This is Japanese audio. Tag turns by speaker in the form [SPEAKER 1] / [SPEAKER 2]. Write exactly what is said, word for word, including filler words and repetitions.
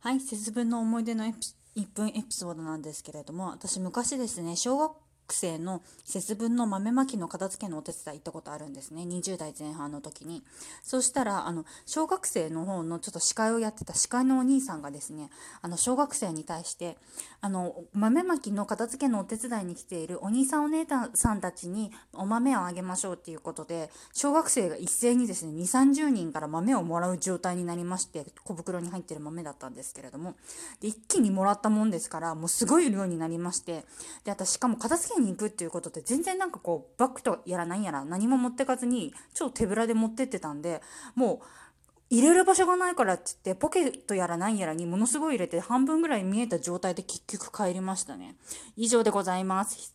[SPEAKER 1] はい、節分の思い出のエピいっぷんエピソードなんですけれども、私昔ですね、小学生の節分の豆まきの片付けのお手伝い行ったことあるんですね。にじゅう代前半の時に。そしたら、あの、小学生の方のちょっと司会をやってた司会のお兄さんがですね、あの、小学生に対して、あの、豆まきの片付けのお手伝いに来ているお兄さんお姉さんたちにお豆をあげましょうっていうことで、小学生が一斉にですね、に、さんじゅうにんから豆をもらう状態になりまして、小袋に入ってる豆だったんですけれども、で、一気にもらったもんですから、もうすごい量になりまして、で、私しかも片付けに行くっていうことで、全然なんかこう、バッグとやらないやら何も持ってかずに、超手ぶらで持ってってたんで、もう、入れる場所がないからって言って、ポケットやら何やらにものすごい入れて、半分ぐらい見えた状態で結局帰りましたね。以上でございます。